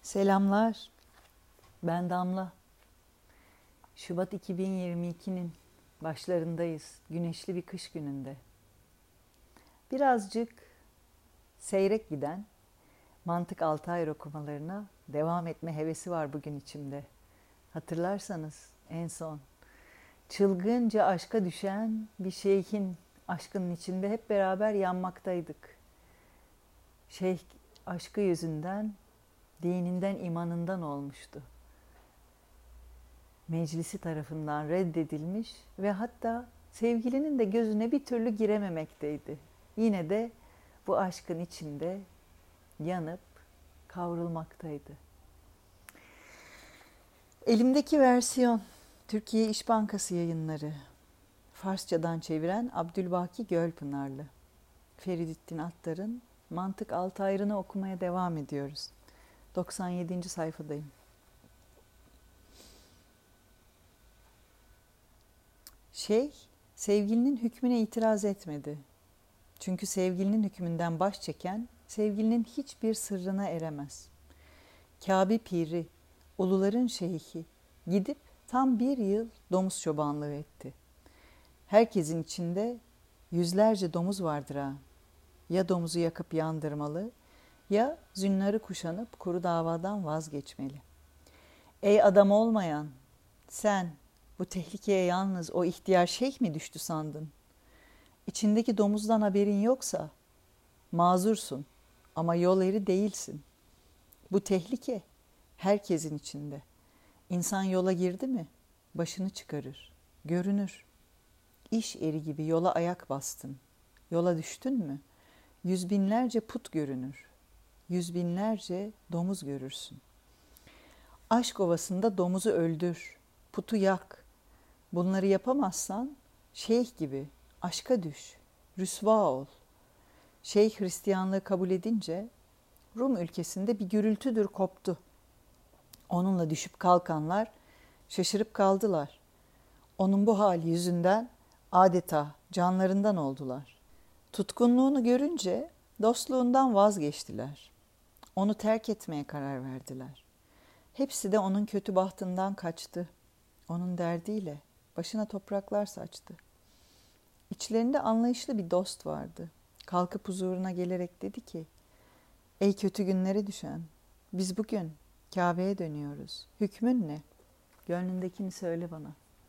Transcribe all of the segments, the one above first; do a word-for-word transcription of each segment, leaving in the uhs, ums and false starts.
Selamlar, ben Damla. Şubat iki bin yirmi ikinin başlarındayız, güneşli bir kış gününde. Birazcık seyrek giden Mantık Altayr okumalarına devam etme hevesi var bugün içimde. Hatırlarsanız en son çılgınca aşka düşen bir şeyhin aşkının içinde hep beraber yanmaktaydık. Şeyh aşkı yüzünden dininden, imanından olmuştu. Meclisi tarafından reddedilmiş ve hatta sevgilinin de gözüne bir türlü girememekteydi. Yine de bu aşkın içinde yanıp kavrulmaktaydı. Elimdeki versiyon Türkiye İş Bankası Yayınları. Farsçadan çeviren Abdülbaki Gölpınarlı. Feridettin Attar'ın Mantık Altayrı'nı okumaya devam ediyoruz. doksan yedinci sayfadayım. Şeyh, sevgilinin hükmüne itiraz etmedi. Çünkü sevgilinin hükmünden baş çeken, sevgilinin hiçbir sırrına eremez. Kabe Piri, uluların şeyhi, gidip tam bir yıl domuz çobanlığı etti. Herkesin içinde yüzlerce domuz vardır ha. Ya domuzu yakıp yandırmalı, ya zünnarı kuşanıp kuru davadan vazgeçmeli. Ey adam olmayan, sen bu tehlikeye yalnız o ihtiyar şeyh mi düştü sandın? İçindeki domuzdan haberin yoksa mazursun ama yol eri değilsin. Bu tehlike herkesin içinde. İnsan yola girdi mi başını çıkarır, görünür. İş eri gibi yola ayak bastın. Yola düştün mü yüz binlerce put görünür. Yüz binlerce domuz görürsün. Aşk ovasında domuzu öldür, putu yak. Bunları yapamazsan şeyh gibi aşka düş, rüsva ol. Şeyh Hristiyanlığı kabul edince Rum ülkesinde bir gürültüdür koptu. Onunla düşüp kalkanlar şaşırıp kaldılar. Onun bu hali yüzünden adeta canlarından oldular. Tutkunluğunu görünce dostluğundan vazgeçtiler. Onu terk etmeye karar verdiler. Hepsi de onun kötü bahtından kaçtı. Onun derdiyle başına topraklar saçtı. İçlerinde anlayışlı bir dost vardı. Kalkıp huzuruna gelerek dedi ki, ey kötü günlere düşen, biz bugün Kabe'ye dönüyoruz. Hükmün ne? Gönlündekini söyle bana.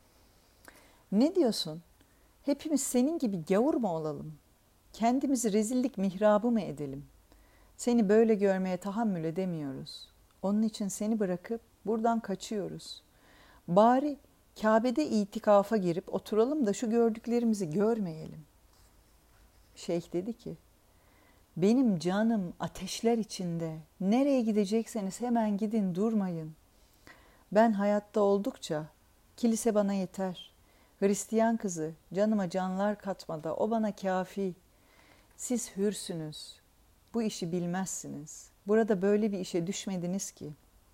Ne diyorsun? Hepimiz senin gibi gavur mu olalım? Kendimizi rezillik mihrabı mı edelim? Seni böyle görmeye tahammül edemiyoruz. Onun için seni bırakıp buradan kaçıyoruz. Bari Kabe'de itikafa girip oturalım da şu gördüklerimizi görmeyelim. Şeyh dedi ki, benim canım ateşler içinde. Nereye gidecekseniz hemen gidin, durmayın. Ben hayatta oldukça kilise bana yeter. Hristiyan kızı canıma canlar katmada o bana kafi. Siz hürsünüz. Bu işi bilmezsiniz. Burada böyle bir işe düşmediniz ki.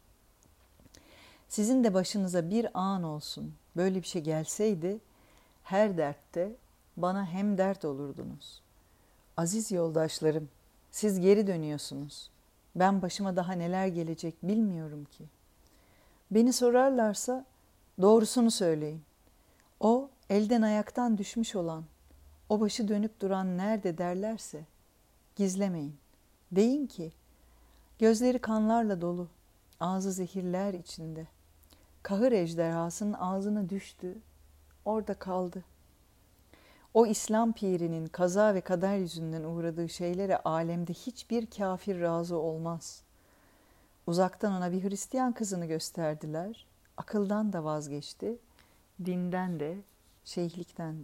Sizin de başınıza bir an olsun böyle bir şey gelseydi, her dertte bana hem dert olurdunuz. Aziz yoldaşlarım, siz geri dönüyorsunuz. Ben başıma daha neler gelecek bilmiyorum ki. Beni sorarlarsa doğrusunu söyleyin. O elden ayaktan düşmüş olan, o başı dönüp duran nerede derlerse gizlemeyin. Deyin ki, gözleri kanlarla dolu, ağzı zehirler içinde. Kahır ejderhasının ağzına düştü, orada kaldı. O İslam pirinin kaza ve kader yüzünden uğradığı şeylere alemde hiçbir kafir razı olmaz. Uzaktan ona bir Hristiyan kızını gösterdiler, akıldan da vazgeçti, dinden de, şeyhlikten de.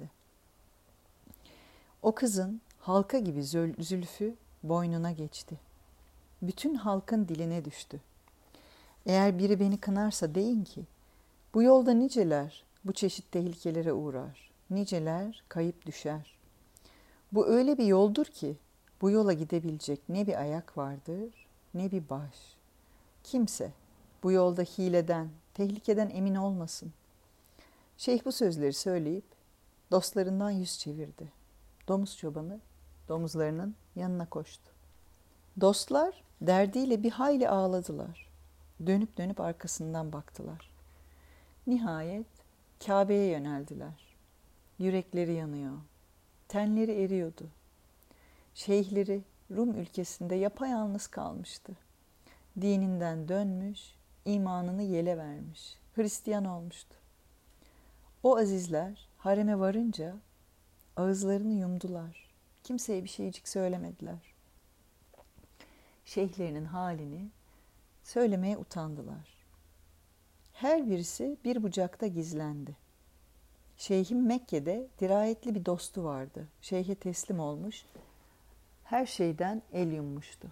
O kızın halka gibi zülfü boynuna geçti. Bütün halkın diline düştü. Eğer biri beni kınarsa deyin ki, bu yolda niceler bu çeşit tehlikelere uğrar, niceler kayıp düşer. Bu öyle bir yoldur ki, bu yola gidebilecek ne bir ayak vardır, ne bir baş. Kimse bu yolda hileden, tehlikeden emin olmasın. Şeyh bu sözleri söyleyip dostlarından yüz çevirdi. Domuz çobanı domuzlarının yanına koştu. Dostlar derdiyle bir hayli ağladılar. Dönüp dönüp arkasından baktılar. Nihayet Kabe'ye yöneldiler. Yürekleri yanıyor. Tenleri eriyordu. Şeyhleri Rum ülkesinde yapayalnız kalmıştı. Dininden dönmüş, imanını yele vermiş, Hristiyan olmuştu. O azizler hareme varınca ağızlarını yumdular. Kimseye bir şeycik söylemediler. Şeyhlerinin halini söylemeye utandılar. Her birisi bir bucakta gizlendi. Şeyhin Mekke'de dirayetli bir dostu vardı. Şeyhe teslim olmuş, her şeyden el yummuştu.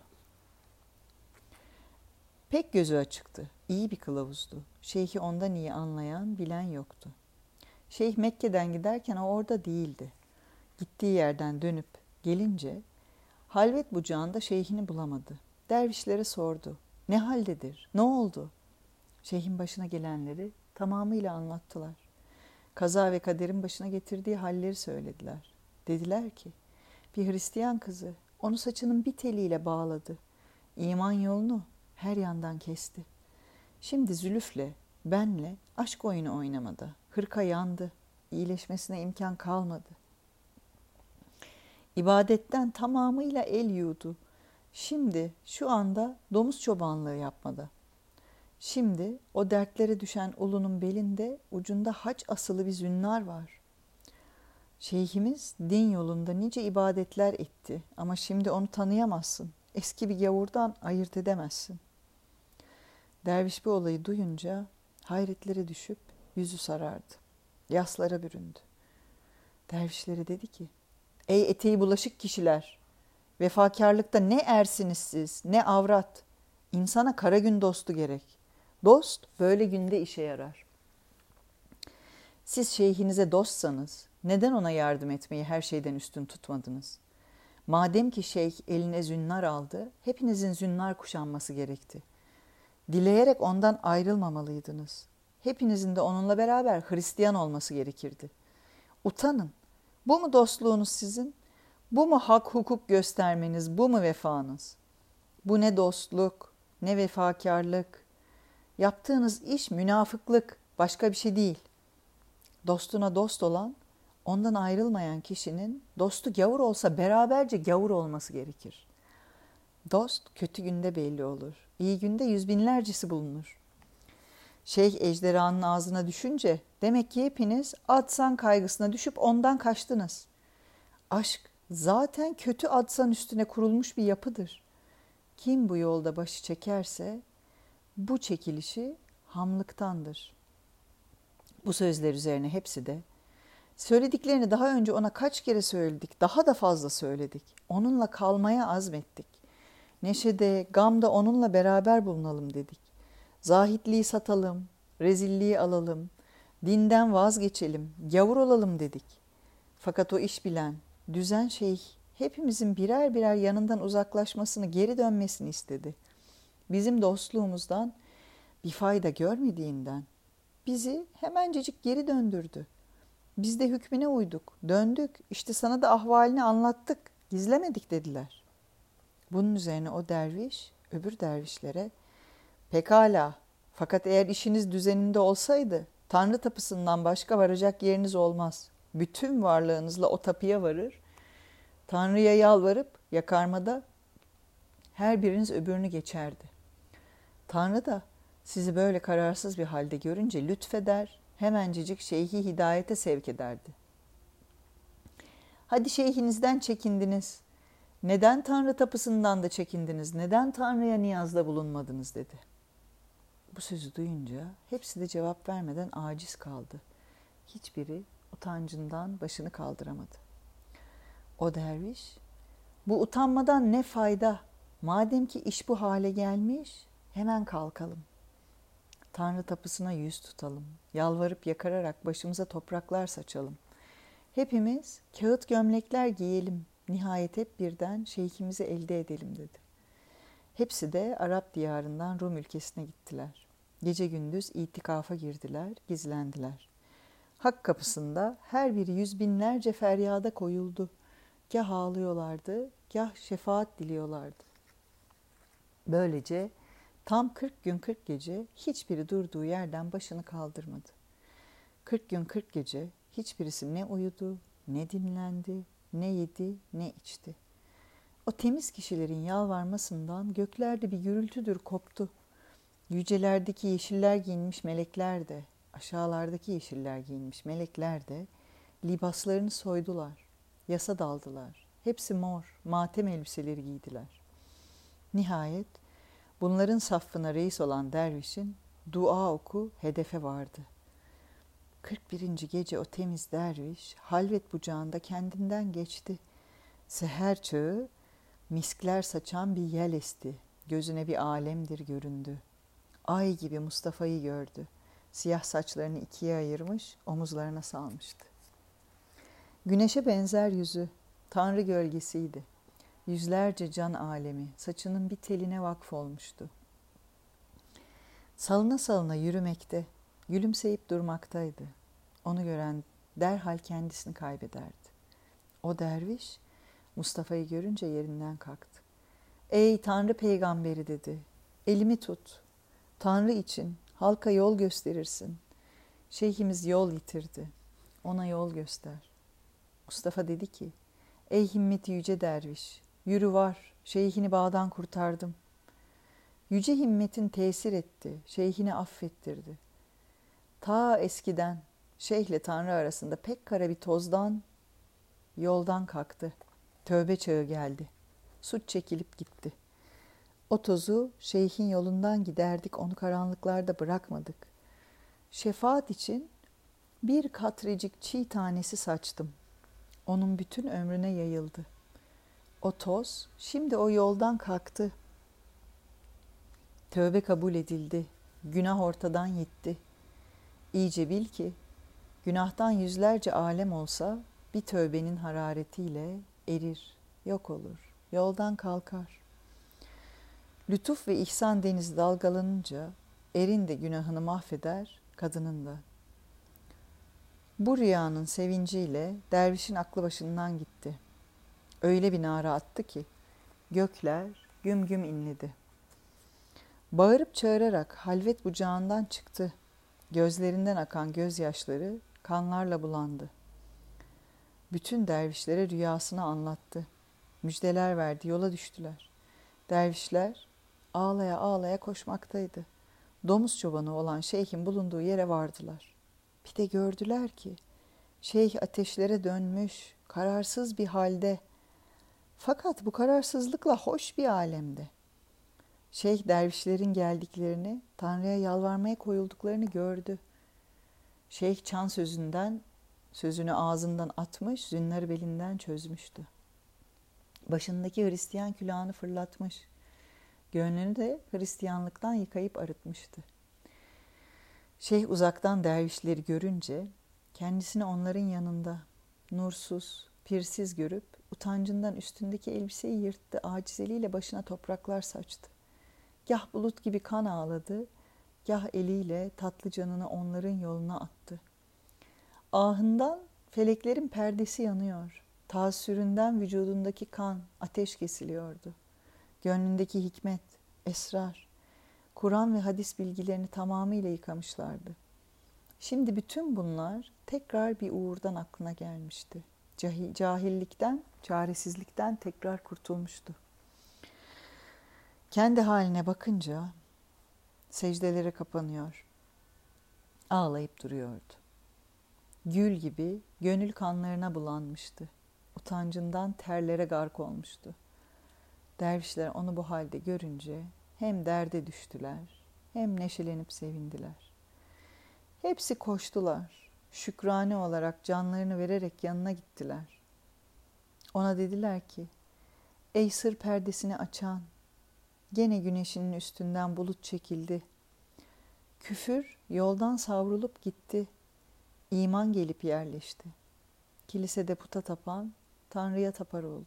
Pek gözü açıktı, iyi bir kılavuzdu. Şeyhi ondan iyi anlayan, bilen yoktu. Şeyh Mekke'den giderken o orada değildi. Gittiği yerden dönüp gelince halvet bucağında şeyhini bulamadı. Dervişlere sordu. Ne haldedir? Ne oldu? Şeyhin başına gelenleri tamamıyla anlattılar. Kaza ve kaderin başına getirdiği halleri söylediler. Dediler ki, bir Hristiyan kızı onu saçının bir teliyle bağladı. İman yolunu her yandan kesti. Şimdi Zülüf'le, benle aşk oyunu oynamada. Hırka yandı. İyileşmesine imkan kalmadı. İbadetten tamamıyla el yudu. Şimdi şu anda domuz çobanlığı yapmada. Şimdi o dertlere düşen ulunun belinde ucunda haç asılı bir zünnar var. Şeyhimiz din yolunda nice ibadetler etti ama şimdi onu tanıyamazsın. Eski bir gavurdan ayırt edemezsin. Derviş bu olayı duyunca hayretlere düşüp yüzü sarardı. Yaslara büründü. Dervişlere dedi ki, ey eteği bulaşık kişiler, vefakarlıkta ne ersiniz siz, ne avrat. İnsana kara gün dostu gerek. Dost böyle günde işe yarar. Siz şeyhinize dostsanız neden ona yardım etmeyi her şeyden üstün tutmadınız? Madem ki şeyh eline zünnar aldı, hepinizin zünnar kuşanması gerekti. Dileyerek ondan ayrılmamalıydınız. Hepinizin de onunla beraber Hristiyan olması gerekirdi. Utanın. Bu mu dostluğunuz sizin? Bu mu hak hukuk göstermeniz, bu mu vefanız? Bu ne dostluk, ne vefakarlık. Yaptığınız iş münafıklık, başka bir şey değil. Dostuna dost olan, ondan ayrılmayan kişinin dostu gavur olsa beraberce gavur olması gerekir. Dost kötü günde belli olur. İyi günde yüz binlercesi bulunur. Şeyh ejderhanın ağzına düşünce demek ki hepiniz adsan kaygısına düşüp ondan kaçtınız. Aşk zaten kötü adsan üstüne kurulmuş bir yapıdır. Kim bu yolda başı çekerse bu çekilişi hamlıktandır. Bu sözler üzerine hepsi de söylediklerini daha önce ona kaç kere söyledik, daha da fazla söyledik. Onunla kalmaya azmettik. Neşede, gamda onunla beraber bulunalım dedik. Zahitliği satalım, rezilliği alalım, dinden vazgeçelim, gavur olalım dedik. Fakat o iş bilen, düzen şeyh hepimizin birer birer yanından uzaklaşmasını, geri dönmesini istedi. Bizim dostluğumuzdan bir fayda görmediğinden bizi hemencecik geri döndürdü. Biz de hükmüne uyduk, döndük, işte sana da ahvalini anlattık, gizlemedik dediler. Bunun üzerine o derviş öbür dervişlere, pekala, fakat eğer işiniz düzeninde olsaydı Tanrı tapısından başka varacak yeriniz olmaz. Bütün varlığınızla o tapıya varır, Tanrı'ya yalvarıp yakarmada her biriniz öbürünü geçerdi. Tanrı da sizi böyle kararsız bir halde görünce lütfeder, hemencecik şeyhi hidayete sevk ederdi. Hadi şeyhinizden çekindiniz. Neden Tanrı tapısından da çekindiniz? Neden Tanrı'ya niyazda bulunmadınız dedi. Bu sözü duyunca hepsi de cevap vermeden aciz kaldı. Hiçbiri utancından başını kaldıramadı. O derviş, bu utanmadan ne fayda? Madem ki iş bu hale gelmiş, hemen kalkalım. Tanrı tapısına yüz tutalım. Yalvarıp yakararak başımıza topraklar saçalım. Hepimiz kağıt gömlekler giyelim. Nihayet hep birden şeyhimizi elde edelim dedi. Hepsi de Arap diyarından Rum ülkesine gittiler. Gece gündüz itikafa girdiler, gizlendiler. Hak kapısında her biri yüz binlerce feryada koyuldu. Gah ağlıyorlardı, gah şefaat diliyorlardı. Böylece Tam kırk gün kırk gece hiçbiri durduğu yerden başını kaldırmadı. Kırk gün kırk gece hiçbirisi ne uyudu, ne dinlendi, ne yedi, ne içti. O temiz kişilerin yalvarmasından göklerde bir gürültüdür koptu. Yücelerdeki yeşiller giyinmiş melekler de, aşağılardaki yeşiller giyinmiş melekler de libaslarını soydular, yasa daldılar. Hepsi mor, matem elbiseleri giydiler. Nihayet bunların saffına reis olan dervişin dua oku hedefe vardı. kırk birinci gece o temiz derviş halvet bucağında kendinden geçti. Seher çağı miskler saçan bir yel esti. Gözüne bir alemdir göründü. Ay gibi Mustafa'yı gördü. Siyah saçlarını ikiye ayırmış, omuzlarına salmıştı. Güneşe benzer yüzü, Tanrı gölgesiydi. Yüzlerce can alemi saçının bir teline vakf olmuştu. Salına salına yürümekte, gülümseyip durmaktaydı. Onu gören derhal kendisini kaybederdi. O derviş Mustafa'yı görünce yerinden kalktı. Ey Tanrı peygamberi dedi. Elimi tut. Tanrı için halka yol gösterirsin. Şeyhimiz yol yitirdi. Ona yol göster. Mustafa dedi ki, ey himmeti yüce derviş, yürü var, şeyhini bağdan kurtardım. Yüce himmetin tesir etti, şeyhini affettirdi. Ta eskiden şeyhle Tanrı arasında pek kara bir tozdan, yoldan kalktı. Tövbe çağı geldi. Suç çekilip gitti. O tozu şeyhin yolundan giderdik, onu karanlıklarda bırakmadık. Şefaat için bir katrecik çiğ tanesi saçtım. Onun bütün ömrüne yayıldı. O toz şimdi o yoldan kalktı. Tövbe kabul edildi. Günah ortadan gitti. İyice bil ki günahtan yüzlerce alem olsa bir tövbenin hararetiyle erir, yok olur, yoldan kalkar. Lütuf ve ihsan denizi dalgalanınca erin de günahını mahveder, kadının da. Bu rüyanın sevinciyle dervişin aklı başından gitti. Öyle bir nara attı ki gökler güm güm inledi. Bağırıp çağırarak halvet bucağından çıktı. Gözlerinden akan gözyaşları kanlarla bulandı. Bütün dervişlere rüyasını anlattı. Müjdeler verdi, yola düştüler. Dervişler ağlaya ağlaya koşmaktaydı. Domuz çobanı olan şeyhin bulunduğu yere vardılar. Bir de gördüler ki şeyh ateşlere dönmüş, kararsız bir halde. Fakat bu kararsızlıkla hoş bir alemde. Şeyh dervişlerin geldiklerini, Tanrı'ya yalvarmaya koyulduklarını gördü. Şeyh çan sözünden, sözünü ağzından atmış, zünları belinden çözmüştü. Başındaki Hristiyan külahını fırlatmış. Gönlünü de Hristiyanlıktan yıkayıp arıtmıştı. Şeyh uzaktan dervişleri görünce kendisini onların yanında nursuz, pirsiz görüp utancından üstündeki elbiseyi yırttı, aciz eliyle başına topraklar saçtı. Gah bulut gibi kan ağladı, gah eliyle tatlı canını onların yoluna attı. Ahından feleklerin perdesi yanıyor, taassüründen vücudundaki kan, ateş kesiliyordu. Gönlündeki hikmet, esrar, Kur'an ve hadis bilgilerini tamamıyla yıkamışlardı. Şimdi bütün bunlar tekrar bir uğurdan aklına gelmişti. Cahil, cahillikten, çaresizlikten tekrar kurtulmuştu. Kendi haline bakınca secdelere kapanıyor, ağlayıp duruyordu. Gül gibi gönül kanlarına bulanmıştı. Utancından terlere gark olmuştu. Dervişler onu bu halde görünce hem derde düştüler, hem neşelenip sevindiler. Hepsi koştular, şükrane olarak canlarını vererek yanına gittiler. Ona dediler ki, ey sır perdesini açan, gene güneşinin üstünden bulut çekildi. Küfür yoldan savrulup gitti, iman gelip yerleşti. Kilisede puta tapan, Tanrı'ya tapar oldu.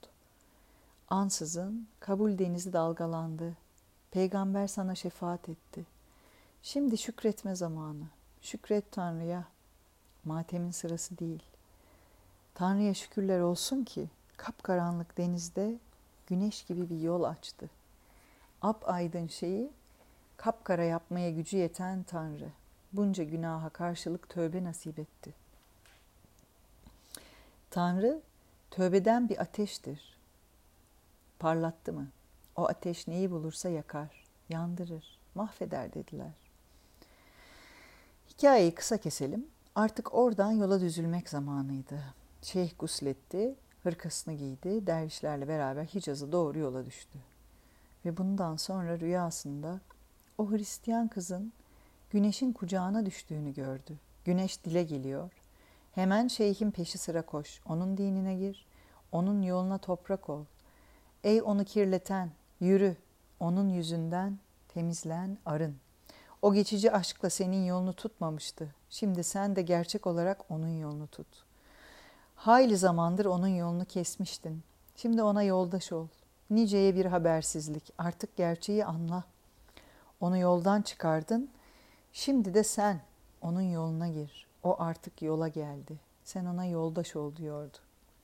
Ansızın kabul denizi dalgalandı. Peygamber sana şefaat etti. Şimdi şükretme zamanı. Şükret Tanrı'ya. Matemin sırası değil. Tanrı'ya şükürler olsun ki kapkaranlık denizde güneş gibi bir yol açtı. Apaydın şeyi kapkara yapmaya gücü yeten Tanrı, bunca günaha karşılık tövbe nasip etti. Tanrı, tövbeden bir ateştir. Parlattı mı? O ateş neyi bulursa yakar, yandırır, mahveder dediler. Hikayeyi kısa keselim. Artık oradan yola düzülmek zamanıydı. Şeyh gusletti, hırkasını giydi, dervişlerle beraber Hicaz'a doğru yola düştü. Ve bundan sonra rüyasında o Hristiyan kızın güneşin kucağına düştüğünü gördü. Güneş dile geliyor. Hemen şeyhin peşi sıra koş, onun dinine gir, onun yoluna toprak ol. Ey onu kirleten, yürü, onun yüzünden temizlen, arın. O geçici aşkla senin yolunu tutmamıştı. Şimdi sen de gerçek olarak onun yolunu tut. Hayli zamandır onun yolunu kesmiştin. Şimdi ona yoldaş ol. Niceye bir habersizlik. Artık gerçeği anla. Onu yoldan çıkardın. Şimdi de sen onun yoluna gir. O artık yola geldi. Sen ona yoldaş ol diyordu.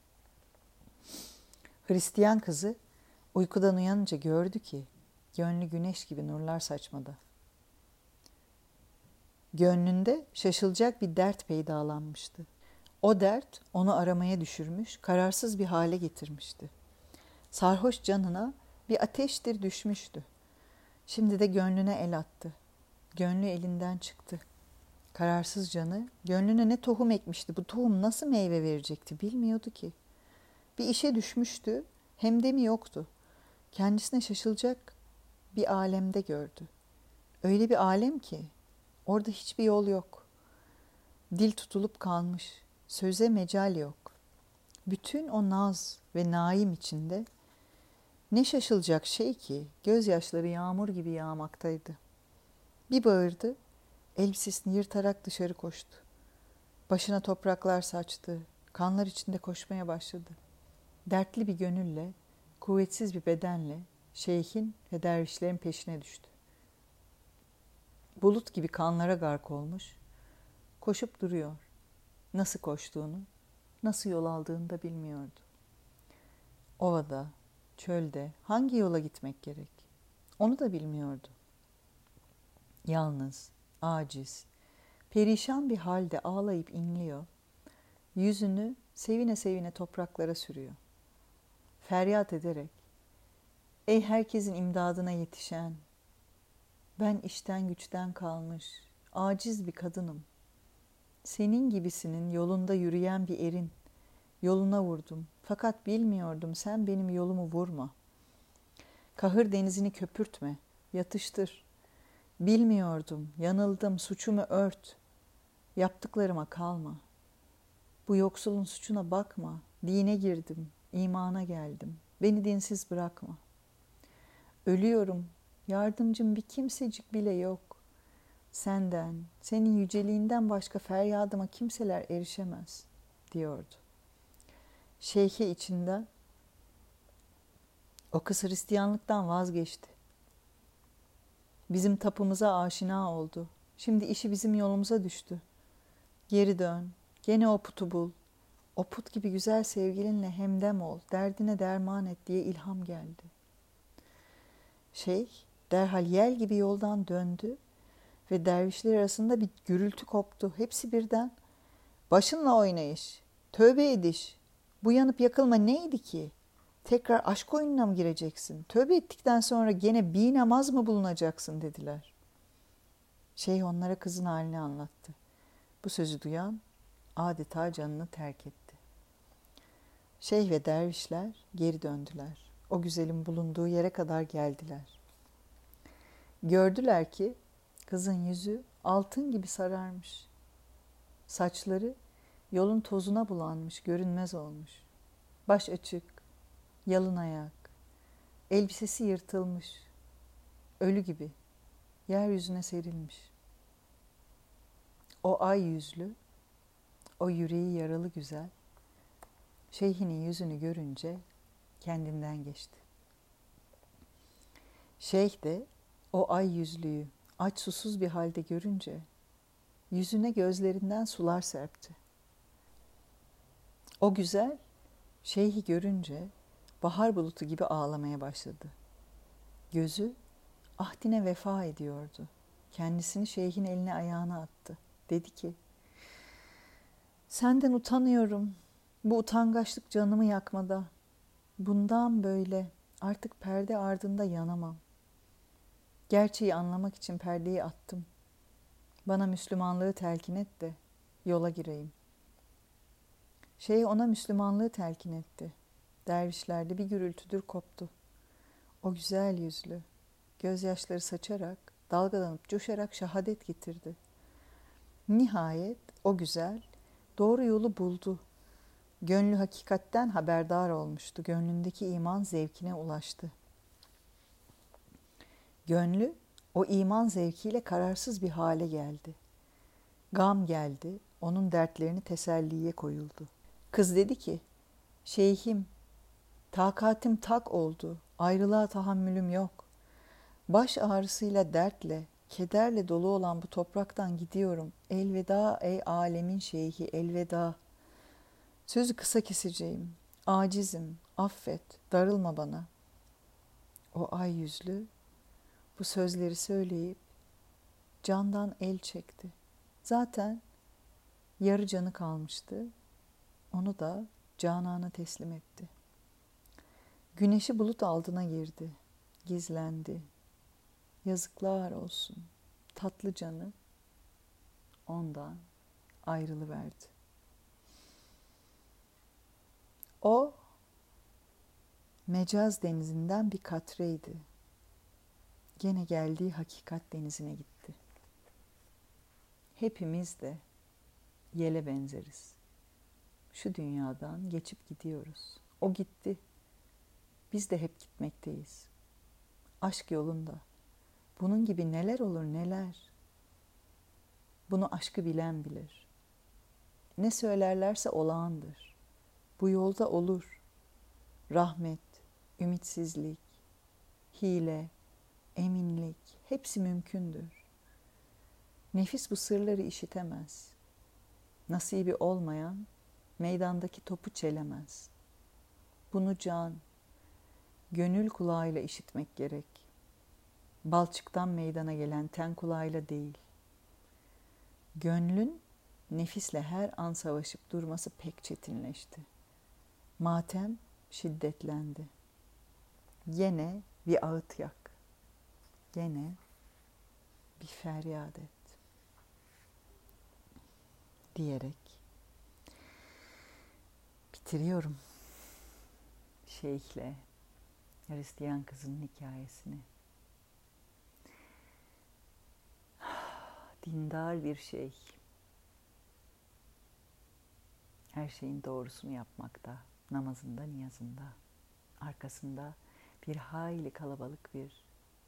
Hristiyan kızı uykudan uyanınca gördü ki gönlü güneş gibi nurlar saçmadı. Gönlünde şaşılacak bir dert peydalanmıştı. O dert onu aramaya düşürmüş, kararsız bir hale getirmişti. Sarhoş canına bir ateştir düşmüştü. Şimdi de gönlüne el attı. Gönlü elinden çıktı. Kararsız canı gönlüne ne tohum ekmişti. Bu tohum nasıl meyve verecekti bilmiyordu ki. Bir işe düşmüştü, hem de mi yoktu. Kendisine şaşılacak bir alemde gördü. Öyle bir alem ki orada hiçbir yol yok. Dil tutulup kalmış, söze mecal yok. Bütün o naz ve naim içinde ne şaşılacak şey ki gözyaşları yağmur gibi yağmaktaydı. Bir bağırdı, elbisesini yırtarak dışarı koştu. Başına topraklar saçtı, kanlar içinde koşmaya başladı. Dertli bir gönülle, kuvvetsiz bir bedenle şeyhin ve dervişlerin peşine düştü. Bulut gibi kanlara gark olmuş, koşup duruyor. Nasıl koştuğunu, nasıl yol aldığını da bilmiyordu. Ovada, çölde hangi yola gitmek gerek? Onu da bilmiyordu. Yalnız, aciz, perişan bir halde ağlayıp inliyor. Yüzünü sevine sevine topraklara sürüyor. Feryat ederek, ey herkesin imdadına yetişen, ben işten güçten kalmış, aciz bir kadınım. Senin gibisinin yolunda yürüyen bir erin, yoluna vurdum. Fakat bilmiyordum, sen benim yolumu vurma. Kahır denizini köpürtme, yatıştır. Bilmiyordum, yanıldım, suçumu ört. Yaptıklarıma kalma. Bu yoksulun suçuna bakma. Dine girdim, imana geldim. Beni dinsiz bırakma. Ölüyorum, yardımcım bir kimsecik bile yok. Senden, senin yüceliğinden başka feryadıma kimseler erişemez, diyordu. Şeyhi içinden, o kız Hristiyanlıktan vazgeçti. Bizim tapımıza aşina oldu. Şimdi işi bizim yolumuza düştü. Geri dön, gene o putu bul. O put gibi güzel sevgilinle hemdem ol, derdine derman et diye ilham geldi. Şeyh derhal yel gibi yoldan döndü ve dervişler arasında bir gürültü koptu. Hepsi birden, başınla oynayış, tövbe ediş, bu yanıp yakılma neydi ki? Tekrar aşk oyununa mı gireceksin? Tövbe ettikten sonra gene bir namaz mı bulunacaksın dediler. Şeyh onlara kızın halini anlattı. Bu sözü duyan adeta canını terk etti. Şeyh ve dervişler geri döndüler. O güzelin bulunduğu yere kadar geldiler. Gördüler ki kızın yüzü altın gibi sararmış. Saçları yolun tozuna bulanmış, görünmez olmuş. Baş açık, yalın ayak, elbisesi yırtılmış, ölü gibi yeryüzüne serilmiş. O ay yüzlü, o yüreği yaralı güzel, şeyhinin yüzünü görünce kendinden geçti. Şeyh de o ay yüzlüyü aç susuz bir halde görünce yüzüne gözlerinden sular serpti. O güzel şeyhi görünce bahar bulutu gibi ağlamaya başladı. Gözü Ahdine vefa ediyordu. Kendisini şeyhin eline ayağına attı. Dedi ki, senden utanıyorum. Bu utangaçlık canımı yakmada. Bundan böyle artık perde ardında yanamam. Gerçeği anlamak için perdeyi attım. Bana Müslümanlığı telkin et de yola gireyim. Şeyh ona Müslümanlığı telkin etti. Dervişlerde bir gürültüdür koptu. O güzel yüzlü, gözyaşları saçarak, dalgalanıp coşarak şehadet getirdi. Nihayet o güzel, doğru yolu buldu. Gönlü hakikatten haberdar olmuştu. Gönlündeki iman zevkine ulaştı. Gönlü o iman zevkiyle kararsız bir hale geldi. Gam geldi, onun dertlerini teselliye koyuldu. Kız dedi ki, şeyhim, takatim tak oldu, ayrılığa tahammülüm yok. Baş ağrısıyla dertle, kederle dolu olan bu topraktan gidiyorum. Elveda ey alemin şeyhi, elveda. Sözü kısa keseceğim. Acizim, affet, darılma bana. O ay yüzlü bu sözleri söyleyip candan el çekti. Zaten yarı canı kalmıştı. Onu da Canan'a teslim etti. Güneşi bulut altına girdi. Gizlendi. Yazıklar olsun. Tatlı canı ondan ayrılıverdi. O mecaz denizinden bir katreydi. Gene geldiği hakikat denizine gitti. Hepimiz de yele benzeriz. Şu dünyadan geçip gidiyoruz. O gitti. Biz de hep gitmekteyiz. Aşk yolunda. Bunun gibi neler olur neler. Bunu aşkı bilen bilir. Ne söylerlerse olağandır. Bu yolda olur. Rahmet, ümitsizlik, hile, eminlik hepsi mümkündür. Nefis bu sırları işitemez. Nasibi olmayan meydandaki topu çelemez. Bunu can, gönül kulağıyla işitmek gerek. Balçıktan meydana gelen ten kulağıyla değil. Gönlün nefisle her an savaşıp durması pek çetinleşti. Matem şiddetlendi. Gene bir ağıt yak. Gene bir feryat et. Diyerek bitiriyorum şeyhle Hristiyan kızın hikayesini. Dindar bir şeyh. Her şeyin doğrusunu yapmakta, namazında, niyazında. Arkasında bir hayli kalabalık bir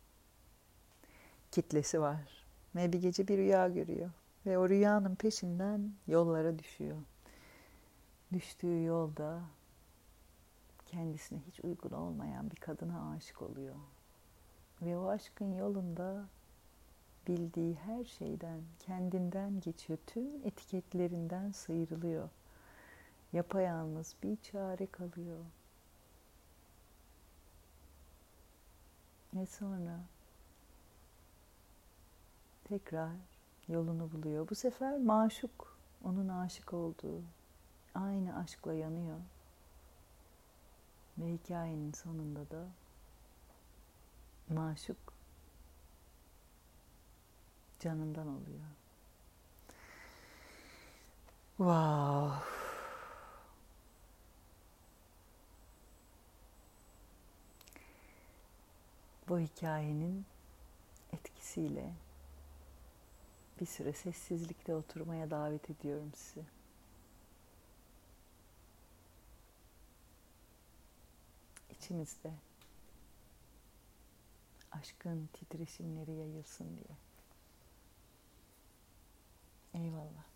kitlesi var. Ve bir gece bir rüya görüyor. Ve o rüyanın peşinden yollara düşüyor. Düştüğü yolda kendisine hiç uygun olmayan bir kadına aşık oluyor. Ve o aşkın yolunda bildiği her şeyden, kendinden geçiyor. Tüm etiketlerinden sıyrılıyor. Yapayalnız bir çare kalıyor. Ve sonra tekrar yolunu buluyor. Bu sefer maşuk, onun aşık olduğu, aynı aşkla yanıyor. Ve hikayenin sonunda da maşuk canından oluyor. Wow! Bu hikayenin etkisiyle bir süre sessizlikte oturmaya davet ediyorum sizi. İçimizde aşkın titreşimleri yayılsın diye. Eyvallah.